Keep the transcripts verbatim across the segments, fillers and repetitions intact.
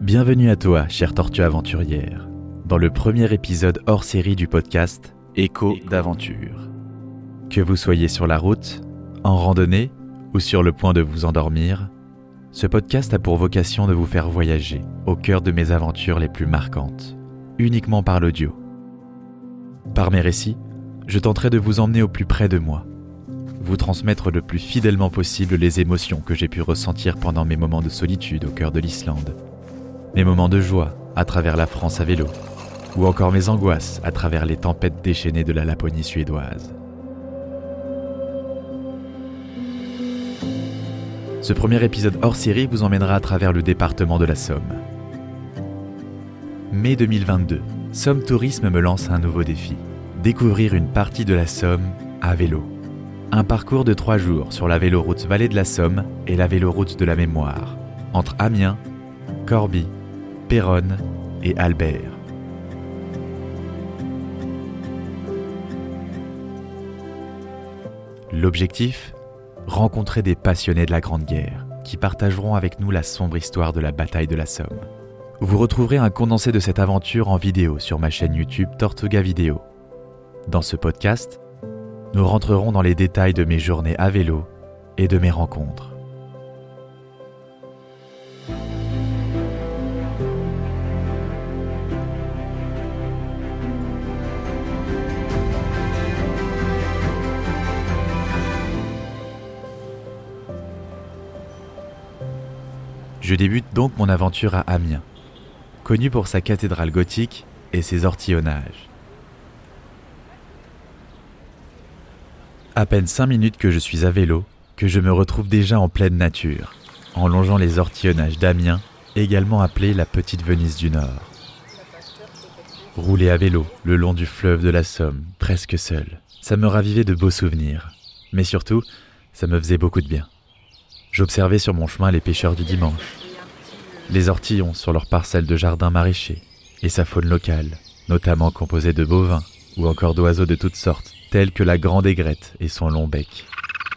Bienvenue à toi, chère tortue aventurière, dans le premier épisode hors série du podcast Écho d'aventure. Que vous soyez sur la route, en randonnée ou sur le point de vous endormir, ce podcast a pour vocation de vous faire voyager au cœur de mes aventures les plus marquantes, uniquement par l'audio. Par mes récits, je tenterai de vous emmener au plus près de moi, vous transmettre le plus fidèlement possible les émotions que j'ai pu ressentir pendant mes moments de solitude au cœur de l'Islande, mes moments de joie à travers la France à vélo, ou encore mes angoisses à travers les tempêtes déchaînées de la Laponie suédoise. Ce premier épisode hors série vous emmènera à travers le département de la Somme. Mai deux mille vingt-deux, Somme Tourisme me lance un nouveau défi. Découvrir une partie de la Somme à vélo. Un parcours de trois jours sur la véloroute Vallée de la Somme et la véloroute de la Mémoire, entre Amiens, Corbie, Péronne et Albert. L'objectif ? Rencontrer des passionnés de la Grande Guerre qui partageront avec nous la sombre histoire de la bataille de la Somme. Vous retrouverez un condensé de cette aventure en vidéo sur ma chaîne YouTube Tortuga Vidéo. Dans ce podcast, nous rentrerons dans les détails de mes journées à vélo et de mes rencontres. Je débute donc mon aventure à Amiens, connu pour sa cathédrale gothique et ses ortillonnages. À peine cinq minutes que je suis à vélo, que je me retrouve déjà en pleine nature, en longeant les ortillonnages d'Amiens, également appelés la Petite Venise du Nord. Rouler à vélo le long du fleuve de la Somme, presque seul, ça me ravivait de beaux souvenirs, mais surtout, ça me faisait beaucoup de bien. J'observais sur mon chemin les pêcheurs du dimanche, les ortillons sur leurs parcelles de jardins maraîchers et sa faune locale, notamment composée de bovins ou encore d'oiseaux de toutes sortes, tels que la grande aigrette et son long bec.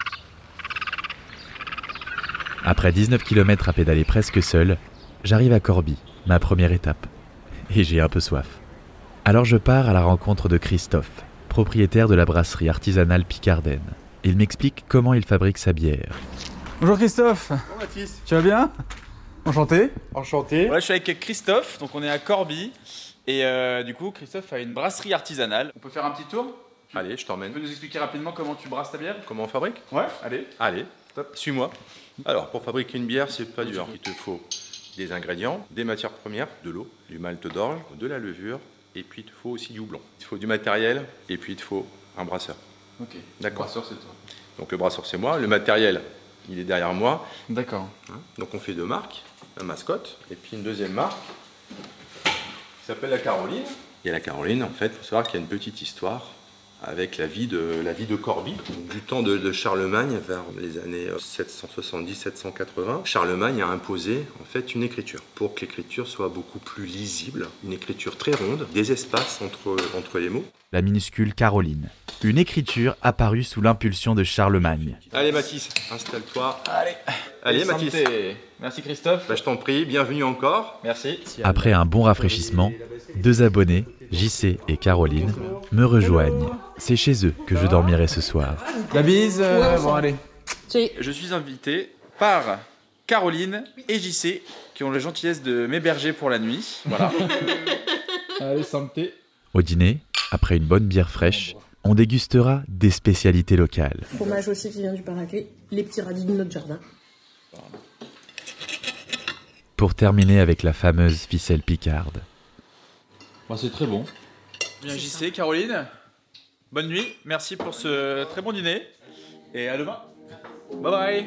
Après dix-neuf kilomètres à pédaler presque seul, j'arrive à Corbie, ma première étape, et j'ai un peu soif. Alors je pars à la rencontre de Christophe, propriétaire de la brasserie artisanale Picardaine. Il m'explique comment il fabrique sa bière. Bonjour Christophe. Bonjour Mathis. Tu vas bien? Enchanté. Enchanté. Voilà, je suis avec Christophe, donc on est à Corbie. Et euh, du coup, Christophe a une brasserie artisanale. On peut faire un petit tour? Allez, je t'emmène. Tu peux nous expliquer rapidement comment tu brasses ta bière? Comment on fabrique? Ouais, allez. Allez, top. Suis-moi. Alors, pour fabriquer une bière, c'est pas dur. Il te faut des ingrédients, des matières premières, de l'eau, du malt d'orge, de la levure, et puis il te faut aussi du houblon. Il te faut du matériel, et puis il te faut un brasseur. Ok. D'accord. Le brasseur, c'est toi. Donc le brasseur, c'est moi. Le matériel, il est derrière moi. D'accord. Hein, donc on fait deux marques, la mascotte, et puis une deuxième marque qui s'appelle la Caroline. Et la Caroline, en fait, il faut savoir qu'il y a une petite histoire avec la vie de, la vie de Corbie. Donc, du temps de, de Charlemagne, vers les années sept cent soixante-dix sept cent quatre-vingts, Charlemagne a imposé en fait une écriture pour que l'écriture soit beaucoup plus lisible, une écriture très ronde, des espaces entre, entre les mots. La minuscule Caroline, une écriture apparue sous l'impulsion de Charlemagne. Allez Mathis, installe-toi. Allez. Allez Mathis. Santé. Merci Christophe. Bah, je t'en prie, bienvenue encore. Merci. Après un bon rafraîchissement, deux abonnés, J C et Caroline, me rejoignent. C'est chez eux que je dormirai ce soir. La bise. euh, Ouais, bon allez. Je suis invité par Caroline et J C qui ont la gentillesse de m'héberger pour la nuit. Voilà. Allez, santé. Au dîner, après une bonne bière fraîche, on dégustera des spécialités locales. Fromage aussi qui vient du Paraguay, les petits radis de notre jardin. Pour terminer avec la fameuse ficelle picarde. Bah, c'est très bon. Bien J C, Caroline. Bonne nuit. Merci pour ce très bon dîner. Et à demain. Bye bye.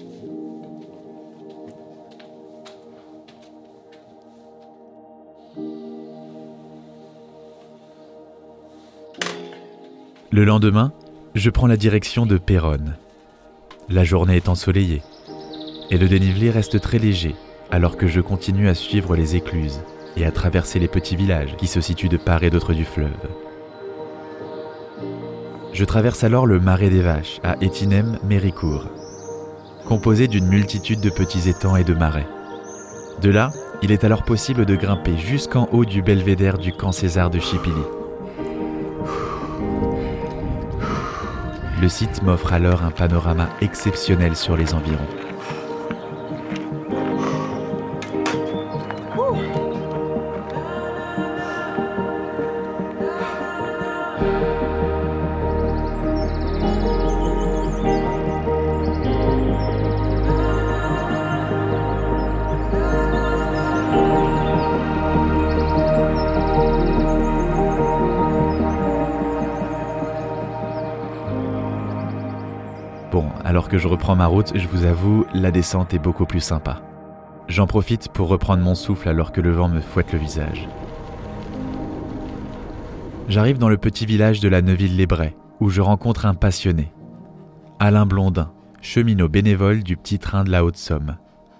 Le lendemain, je prends la direction de Péronne. La journée est ensoleillée et le dénivelé reste très léger alors que je continue à suivre les écluses et à traverser les petits villages qui se situent de part et d'autre du fleuve. Je traverse alors le Marais des Vaches à Étinem-Méricourt, composé d'une multitude de petits étangs et de marais. De là, il est alors possible de grimper jusqu'en haut du belvédère du camp César de Chipilly. Le site m'offre alors un panorama exceptionnel sur les environs. Bon, alors que je reprends ma route, je vous avoue, la descente est beaucoup plus sympa. J'en profite pour reprendre mon souffle alors que le vent me fouette le visage. J'arrive dans le petit village de la Neuville-les-Brais, où je rencontre un passionné. Alain Blondin, cheminot bénévole du petit train de la Haute-Somme.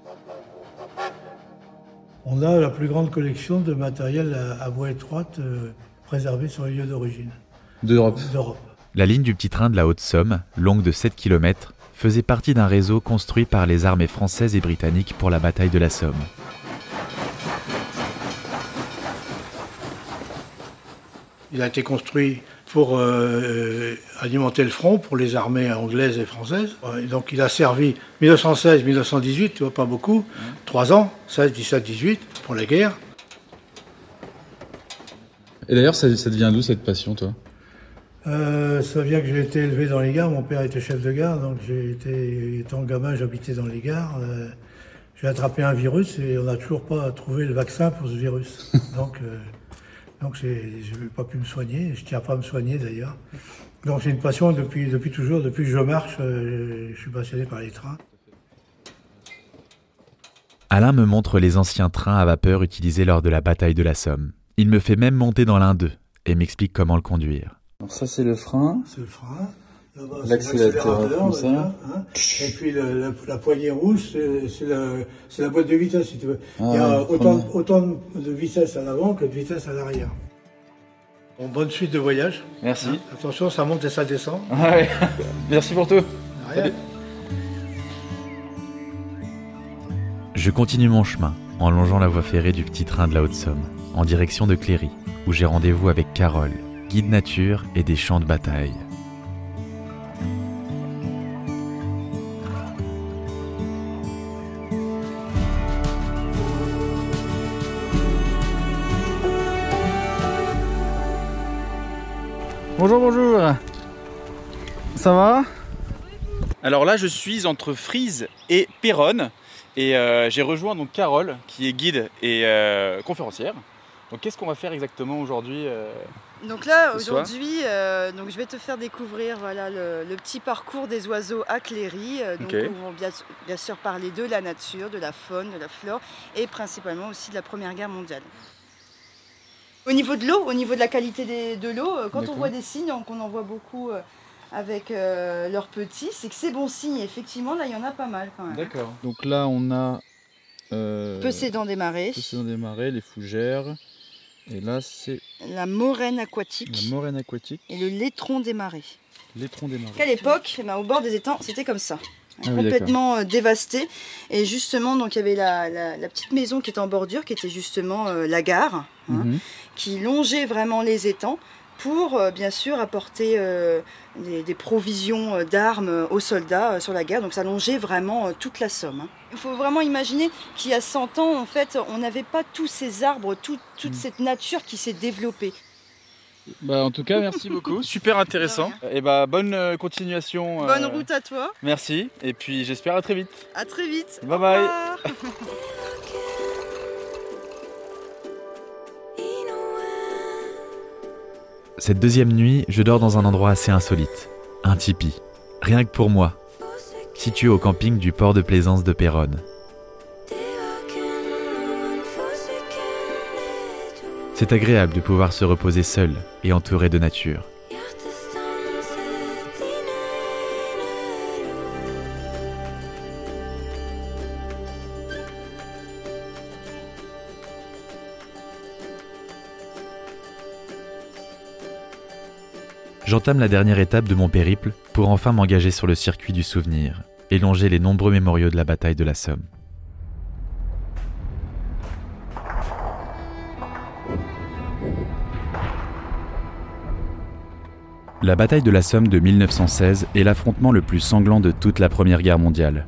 On a la plus grande collection de matériel à, à voie étroite euh, préservé sur les lieux d'origine. D'Europe. D'Europe. La ligne du petit train de la Haute-Somme, longue de sept kilomètres, faisait partie d'un réseau construit par les armées françaises et britanniques pour la bataille de la Somme. Il a été construit pour euh, alimenter le front pour les armées anglaises et françaises. Et donc il a servi mille neuf cent seize mille neuf cent dix-huit, tu vois, pas beaucoup, trois ans, seize, dix-sept, dix-huit, pour la guerre. Et d'ailleurs, ça, ça devient d'où cette passion, toi? Euh, ça vient que j'ai été élevé dans les gares, mon père était chef de gare, donc j'ai été, étant gamin, j'habitais dans les gares. Euh, j'ai attrapé un virus et on n'a toujours pas trouvé le vaccin pour ce virus. Donc, euh, donc j'ai, je n'ai pas pu me soigner, je ne tiens pas à me soigner d'ailleurs. Donc j'ai une passion depuis, depuis toujours, depuis que je marche, euh, je suis passionné par les trains. Alain me montre les anciens trains à vapeur utilisés lors de la bataille de la Somme. Il me fait même monter dans l'un d'eux et m'explique comment le conduire. Alors ça, c'est le frein. C'est le frein. Là-bas, L'accélérateur, c'est comme ça. Là, hein. Et puis le, la, la poignée rouge, c'est, c'est, le, c'est la boîte de vitesse, si tu veux. Ah, il y a ouais, autant, autant de vitesse à l'avant que de vitesse à l'arrière. Bon, bonne suite de voyage. Merci. Hein. Attention, ça monte et ça descend. Ah ouais. Merci pour tout. Rien. Je continue mon chemin en longeant la voie ferrée du petit train de la Haute-Somme, en direction de Cléry, où j'ai rendez-vous avec Carole, guide nature et des champs de bataille. Bonjour, bonjour. Ça va? Alors là, je suis entre Frise et Péronne et euh, j'ai rejoint donc Carole qui est guide et euh, conférencière. Donc qu'est-ce qu'on va faire exactement aujourd'hui euh, Donc là, ce soir aujourd'hui, euh, donc je vais te faire découvrir voilà, le, le petit parcours des oiseaux à Cléry. Euh, donc Ok. on va bien, bien sûr parler de la nature, de la faune, de la flore et principalement aussi de la Première Guerre mondiale. Au niveau de l'eau, au niveau de la qualité des- de l'eau, euh, quand D'accord. on voit des signes, donc on en voit beaucoup euh, avec euh, leurs petits, c'est que c'est bon signe. Effectivement, là, il y en a pas mal quand même. D'accord. Donc là, on a euh, Peucédant des marais, Peucédant des marais, les fougères. Et là, c'est la moraine aquatique la moraine aquatique, et le laitron des marais. l'étron des marais. Qu'à l'époque, eh ben, au bord des étangs, c'était comme ça. Ah oui, Complètement euh, dévasté. Et justement, donc il y avait la, la- la petite maison qui était en bordure, qui était justement euh, la gare, hein, Mhm. qui longeait vraiment les étangs pour, euh, bien sûr, apporter euh, des, des provisions euh, d'armes euh, aux soldats euh, sur la guerre. Donc ça longeait vraiment euh, toute la Somme. hein. Il faut vraiment imaginer qu'il y a cent ans, en fait, on n'avait pas tous ces arbres, tout- toute Mhm. cette nature qui s'est développée. Bah, en tout cas, merci beaucoup. Super intéressant. Et bah bonne euh, continuation. euh, Bonne route à toi, Merci et puis j'espère à très vite. à très vite. Bye Au bye. revoir. Cette deuxième nuit, je dors dans un endroit assez insolite, un tipi, rien que pour moi, situé au camping du port de plaisance de Péronne. C'est agréable de pouvoir se reposer seul et entouré de nature. J'entame la dernière étape de mon périple pour enfin m'engager sur le circuit du souvenir et longer les nombreux mémoriaux de la bataille de la Somme. La bataille de la Somme de mille neuf cent seize est l'affrontement le plus sanglant de toute la Première Guerre mondiale.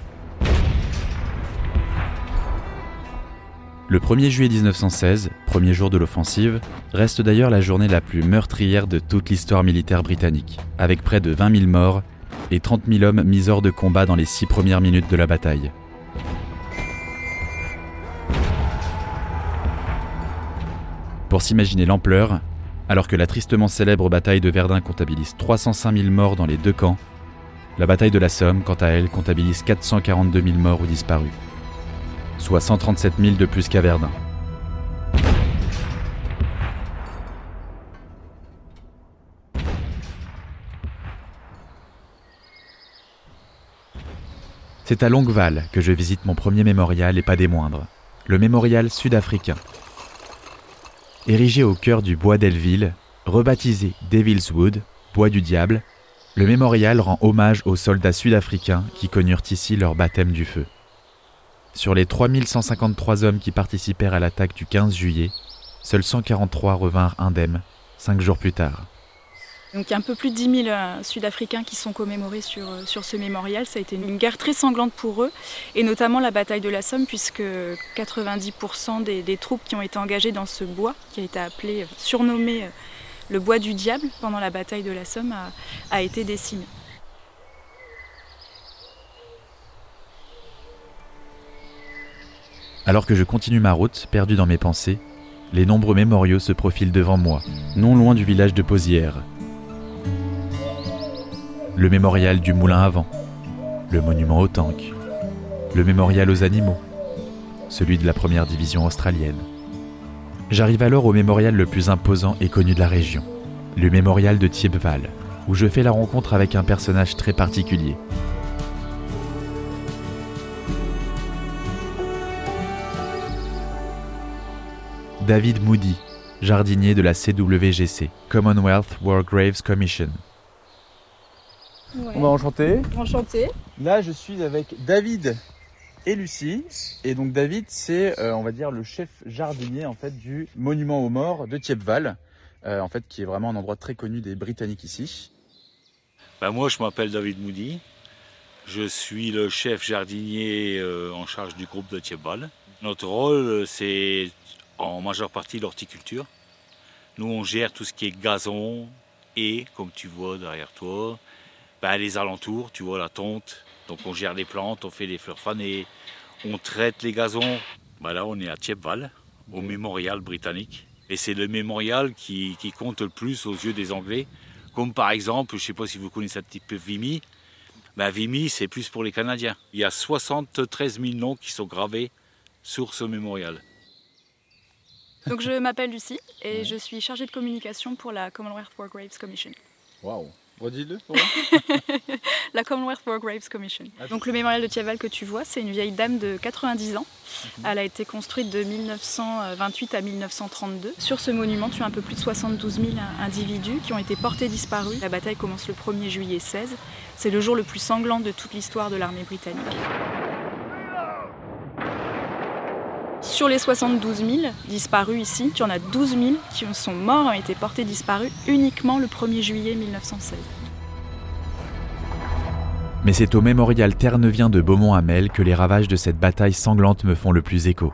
Le premier juillet mille neuf cent seize, premier jour de l'offensive, reste d'ailleurs la journée la plus meurtrière de toute l'histoire militaire britannique, avec près de vingt mille morts et trente mille hommes mis hors de combat dans les six premières minutes de la bataille. Pour s'imaginer l'ampleur, alors que la tristement célèbre bataille de Verdun comptabilise trois cent cinq mille morts dans les deux camps, la bataille de la Somme, quant à elle, comptabilise quatre cent quarante-deux mille morts ou disparus, soit cent trente-sept mille de plus qu'à Verdun. C'est à Longueval que je visite mon premier mémorial et pas des moindres, le mémorial sud-africain. Érigé au cœur du bois d'Elleville, rebaptisé Devil's Wood, bois du diable, le mémorial rend hommage aux soldats sud-africains qui connurent ici leur baptême du feu. Sur les trois mille cent cinquante-trois hommes qui participèrent à l'attaque du quinze juillet, seuls cent quarante-trois revinrent indemnes, cinq jours plus tard. Donc il y a un peu plus de dix mille euh, Sud-Africains qui sont commémorés sur, euh, sur ce mémorial. Ça a été une guerre très sanglante pour eux, et notamment la bataille de la Somme, puisque quatre-vingt-dix pour cent des, des troupes qui ont été engagées dans ce bois, qui a été appelé, surnommé euh, le bois du diable, pendant la bataille de la Somme, a, a été décimé. Alors que je continue ma route, perdu dans mes pensées, les nombreux mémoriaux se profilent devant moi, non loin du village de Pozières. Le mémorial du Moulin à Vent, le monument aux tanks, le mémorial aux animaux, celui de la première division australienne. J'arrive alors au mémorial le plus imposant et connu de la région, le mémorial de Thiepval, où je fais la rencontre avec un personnage très particulier. David Moody, jardinier de la C W G C, Commonwealth War Graves Commission. Ouais. On va enchanter. Enchanté. Là, je suis avec David et Lucie. Et donc David, c'est, euh, on va dire, le chef jardinier en fait du monument aux morts de Thiepval, euh, en fait, qui est vraiment un endroit très connu des Britanniques ici. Ben moi, je m'appelle David Moody. Je suis le chef jardinier euh, en charge du groupe de Thiepval. Notre rôle, c'est en majeure partie l'horticulture. Nous, on gère tout ce qui est gazon et, comme tu vois derrière toi, ben, les alentours, tu vois, la tonte. Donc on gère les plantes, on fait les fleurs fanées, on traite les gazons. Ben là, on est à Thiepval, au mémorial britannique. Et c'est le mémorial qui, qui compte le plus aux yeux des Anglais. Comme par exemple, je ne sais pas si vous connaissez un petit peu Vimy. Ben, Vimy, c'est plus pour les Canadiens. Il y a soixante-treize mille noms qui sont gravés sur ce mémorial. Donc je m'appelle Lucie et je suis chargée de communication pour la Commonwealth War Graves Commission. Waouh, redis-le pour moi. La Commonwealth War Graves Commission. Donc le mémorial de Thiepval que tu vois, c'est une vieille dame de quatre-vingt-dix ans. Elle a été construite de mille neuf cent vingt-huit à mille neuf cent trente-deux. Sur ce monument, tu as un peu plus de soixante-douze mille individus qui ont été portés disparus. La bataille commence le premier juillet seize. C'est le jour le plus sanglant de toute l'histoire de l'armée britannique. Sur les soixante-douze mille disparus ici, tu en as douze mille qui sont morts et ont été portés disparus uniquement le premier juillet mille neuf cent seize. Mais c'est au mémorial ternevien de Beaumont-Hamel que les ravages de cette bataille sanglante me font le plus écho.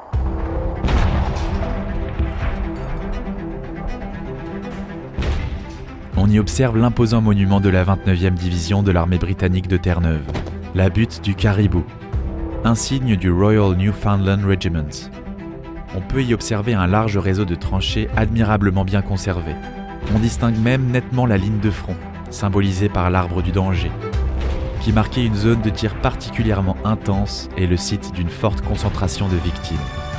On y observe l'imposant monument de la vingt-neuvième division de l'armée britannique de Terre-Neuve, la butte du Caribou, insigne du Royal Newfoundland Regiment. On peut y observer un large réseau de tranchées admirablement bien conservées. On distingue même nettement la ligne de front, symbolisée par l'arbre du danger, qui marquait une zone de tir particulièrement intense et le site d'une forte concentration de victimes.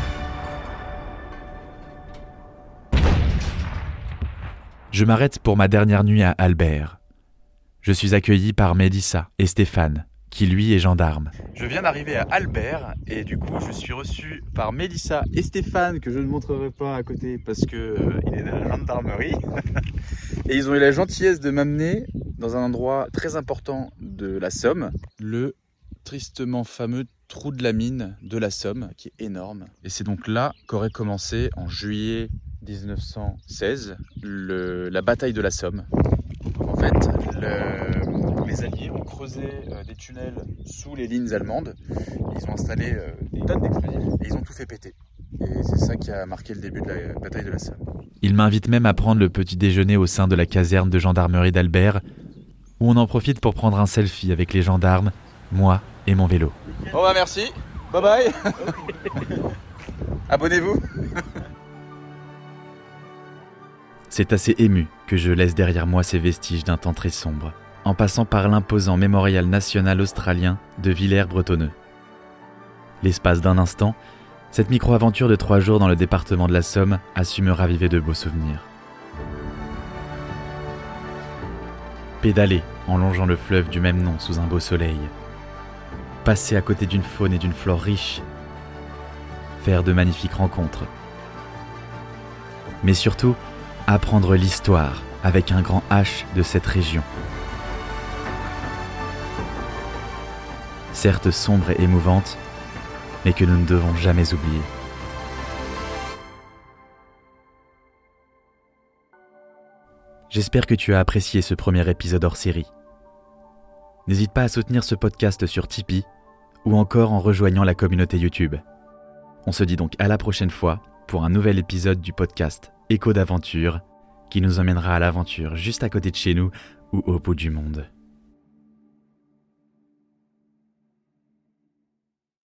Je m'arrête pour ma dernière nuit à Albert. Je suis accueilli par Mélissa et Stéphane, qui lui est gendarme. Je viens d'arriver à Albert et du coup je suis reçu par Mélissa et Stéphane, que je ne montrerai pas à côté parce que euh, il est de la gendarmerie. Et ils ont eu la gentillesse de m'amener dans un endroit très important de la Somme, le tristement fameux trou de la mine de la Somme, qui est énorme. Et c'est donc là qu'aurait commencé en juillet mille neuf cent seize le, la bataille de la Somme. fait, le, les Alliés ont creusé euh, des tunnels sous les lignes allemandes. Ils ont installé euh, des tonnes d'explosifs et ils ont tout fait péter. Et c'est ça qui a marqué le début de la bataille de la Somme. Il m'invite même à prendre le petit déjeuner au sein de la caserne de gendarmerie d'Albert, où on en profite pour prendre un selfie avec les gendarmes, moi et mon vélo. Bon bah merci, bye bye. Abonnez-vous. C'est assez ému que je laisse derrière moi ces vestiges d'un temps très sombre, en passant par l'imposant mémorial national australien de Villers-Bretonneux. L'espace d'un instant, cette micro-aventure de trois jours dans le département de la Somme a su me raviver de beaux souvenirs. Pédaler en longeant le fleuve du même nom sous un beau soleil. Passer à côté d'une faune et d'une flore riches. Faire de magnifiques rencontres. Mais surtout, apprendre l'histoire avec un grand H de cette région. Certes sombre et émouvante, mais que nous ne devons jamais oublier. J'espère que tu as apprécié ce premier épisode hors série. N'hésite pas à soutenir ce podcast sur Tipeee ou encore en rejoignant la communauté YouTube. On se dit donc à la prochaine fois pour un nouvel épisode du podcast Écho d'aventure qui nous emmènera à l'aventure juste à côté de chez nous ou au bout du monde.